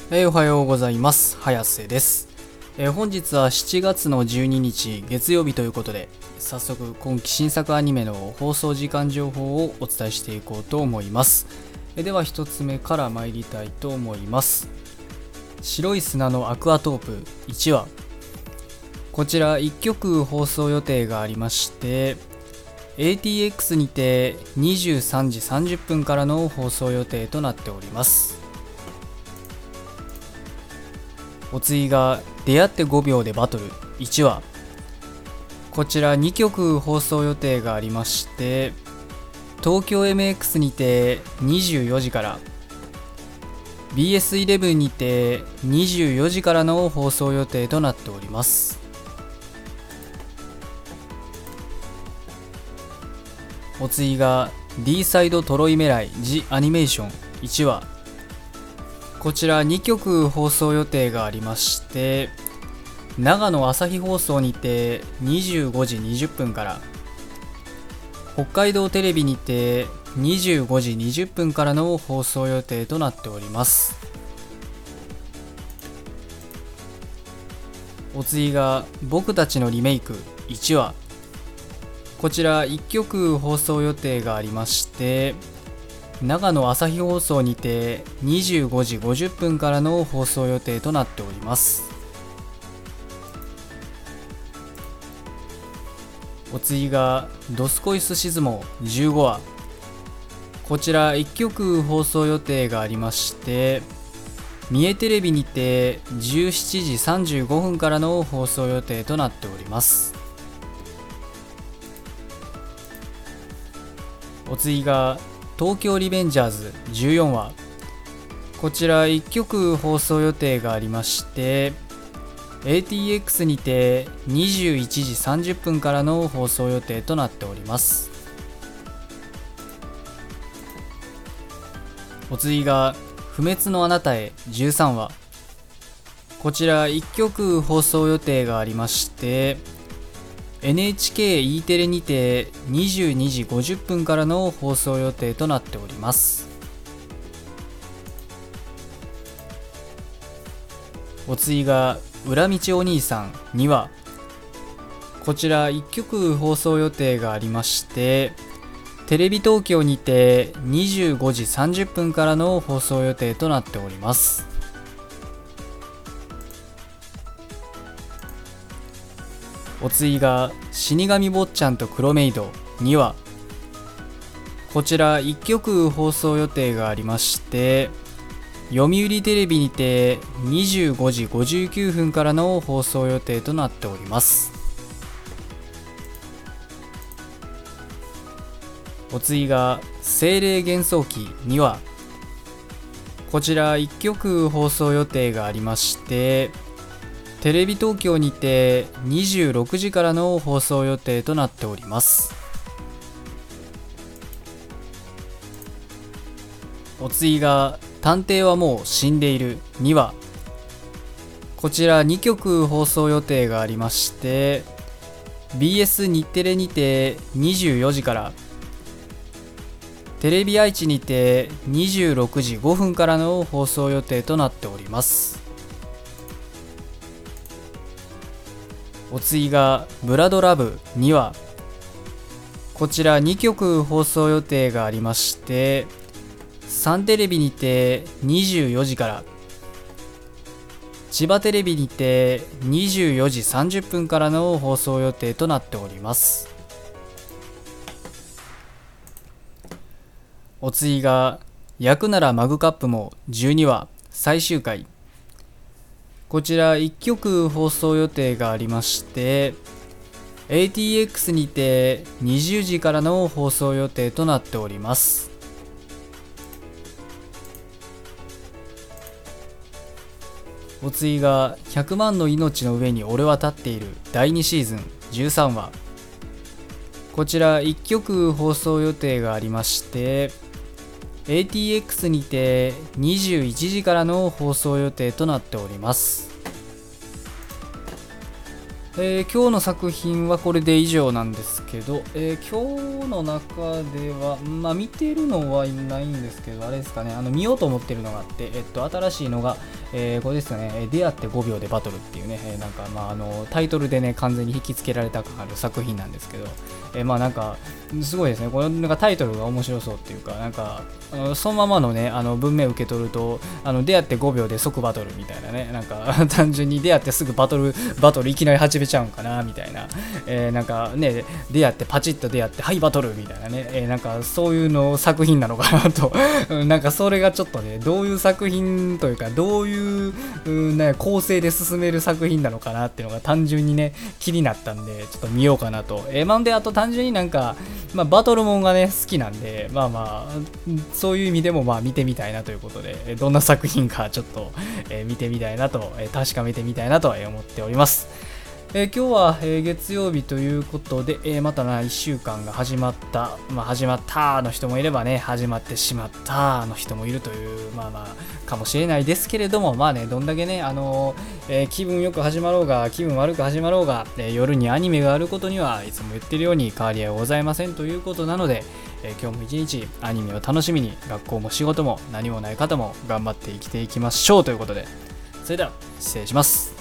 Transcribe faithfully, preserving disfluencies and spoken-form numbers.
えー、おはようございます。早瀬です。えー、本日はしちがつのじゅうににち月曜日ということで、早速今期新作アニメの放送時間情報をお伝えしていこうと思います。えー、ではひとつめから参りたいと思います。白い砂のアクアトープいちわ、こちらいっきょく放送予定がありまして、エーティーエックス にてにじゅうさんじさんじゅっぷんからの放送予定となっております。お次が出会ってごびょうでバトルいちわ、こちらにきょく放送予定がありまして、東京 エムエックス にてにじゅうよじから、 ビーエスイレブン にてにじゅうよじからの放送予定となっております。お次が D サイドトロイメライジアニメーションいちわ、こちらにきょく放送予定がありまして、長野朝日放送にてにじゅうごじにじゅっぷんから、北海道テレビにてにじゅうごじにじゅっぷんからの放送予定となっております。お次が僕たちのリメイクいちわ、こちらいっきょく放送予定がありまして、長野朝日放送にてにじゅうごじごじゅっぷんからの放送予定となっております。お次がドスコイスシズモじゅうごわ、こちらいっきょく放送予定がありまして、三重テレビにてじゅうしちじさんじゅうごふんからの放送予定となっております。お次が東京リベンジャーズじゅうよんわ、こちらいっきょく放送予定がありまして、エーティーエックス にてにじゅういちじさんじゅっぷんからの放送予定となっております。お次が不滅のあなたへじゅうさんわ、こちらいっきょく放送予定がありまして、エヌエイチケー E テレにてにじゅうにじごじゅっぷんからの放送予定となっております。お次が裏道お兄さんにわ、こちらいっきょく放送予定がありまして、テレビ東京にてにじゅうごじさんじゅっぷんからの放送予定となっております。お次が死神坊ちゃんと黒メイドにわ、こちらいっきょく放送予定がありまして、読売テレビにてにじゅうごじごじゅうきゅうふんからの放送予定となっております。お次が精霊幻想記にわ、こちらいっきょく放送予定がありまして、テレビ東京にてにじゅうろくじからの放送予定となっております。お次が探偵はもう死んでいるにわ、こちらにきょく放送予定がありまして、 ビーエス 日テレにてにじゅうよじから、テレビ愛知にてにじゅうろくじごふんからの放送予定となっております。お次がブラドラブにわ、こちらにきょく放送予定がありまして、サンテレビにてにじゅうよじから、千葉テレビにてにじゅうよじさんじゅっぷんからの放送予定となっております。お次が焼くならマグカップもじゅうにわ最終回、こちらいっきょく放送予定がありまして、エーティーエックス にてにじゅうじからの放送予定となっております。お次がひゃくまんの命の上に俺は立っているだいにシーズンじゅうさんわ、こちらいっきょく放送予定がありまして、エーティーエックス にてにじゅういちじからの放送予定となっております。 えー、今日の作品はこれで以上なんですけど、えー、今日の中では、まあ、見てるのはいないんですけど、あれですかね、あの見ようと思ってるのがあって、えっと、新しいのが、えー、これですね、出会ってごびょうでバトルっていうね、えー、なんか、まあ、あのタイトルでね、完全に引きつけられた感ある作品なんですけど、えー、まあなんか、すごいですね、これなんかタイトルが面白そうっていうか、なんか、あのそのままのね、あの文面を受け取ると、あの出会ってごびょうで即バトルみたいなね、なんか単純に出会ってすぐバトル、バトルいきなり始めちゃうんかなみたいな、えー、なんかね、出会ってパチッと出会って、はいバトルみたいなね、えー、なんかそういうの作品なのかなと、なんかそれがちょっとね、どういう作品というか、どういう、うんね、構成で進める作品なのかなっていうのが単純にね、気になったんで、ちょっと見ようかなと。えー、まんで、あと単純になんか、まあ、バトルモンがね、好きなんで、まあまあ、そういう意味でもまあ見てみたいなということで、どんな作品かちょっと、えー、見てみたいなと、えー、確かめてみたいなと思っております。えー、今日は、えー、月曜日ということで、えー、またな、いっしゅうかんが始まった、まあ、始まったの人もいればね、始まってしまったの人もいるという、まあまあ、かもしれないですけれども、まあね、どんだけね、あのーえー、気分よく始まろうが、気分悪く始まろうが、えー、夜にアニメがあることにはいつも言ってるように変わりはございませんということなので、えー、今日も一日アニメを楽しみに、学校も仕事も何もない方も頑張って生きていきましょうということで、それでは失礼します。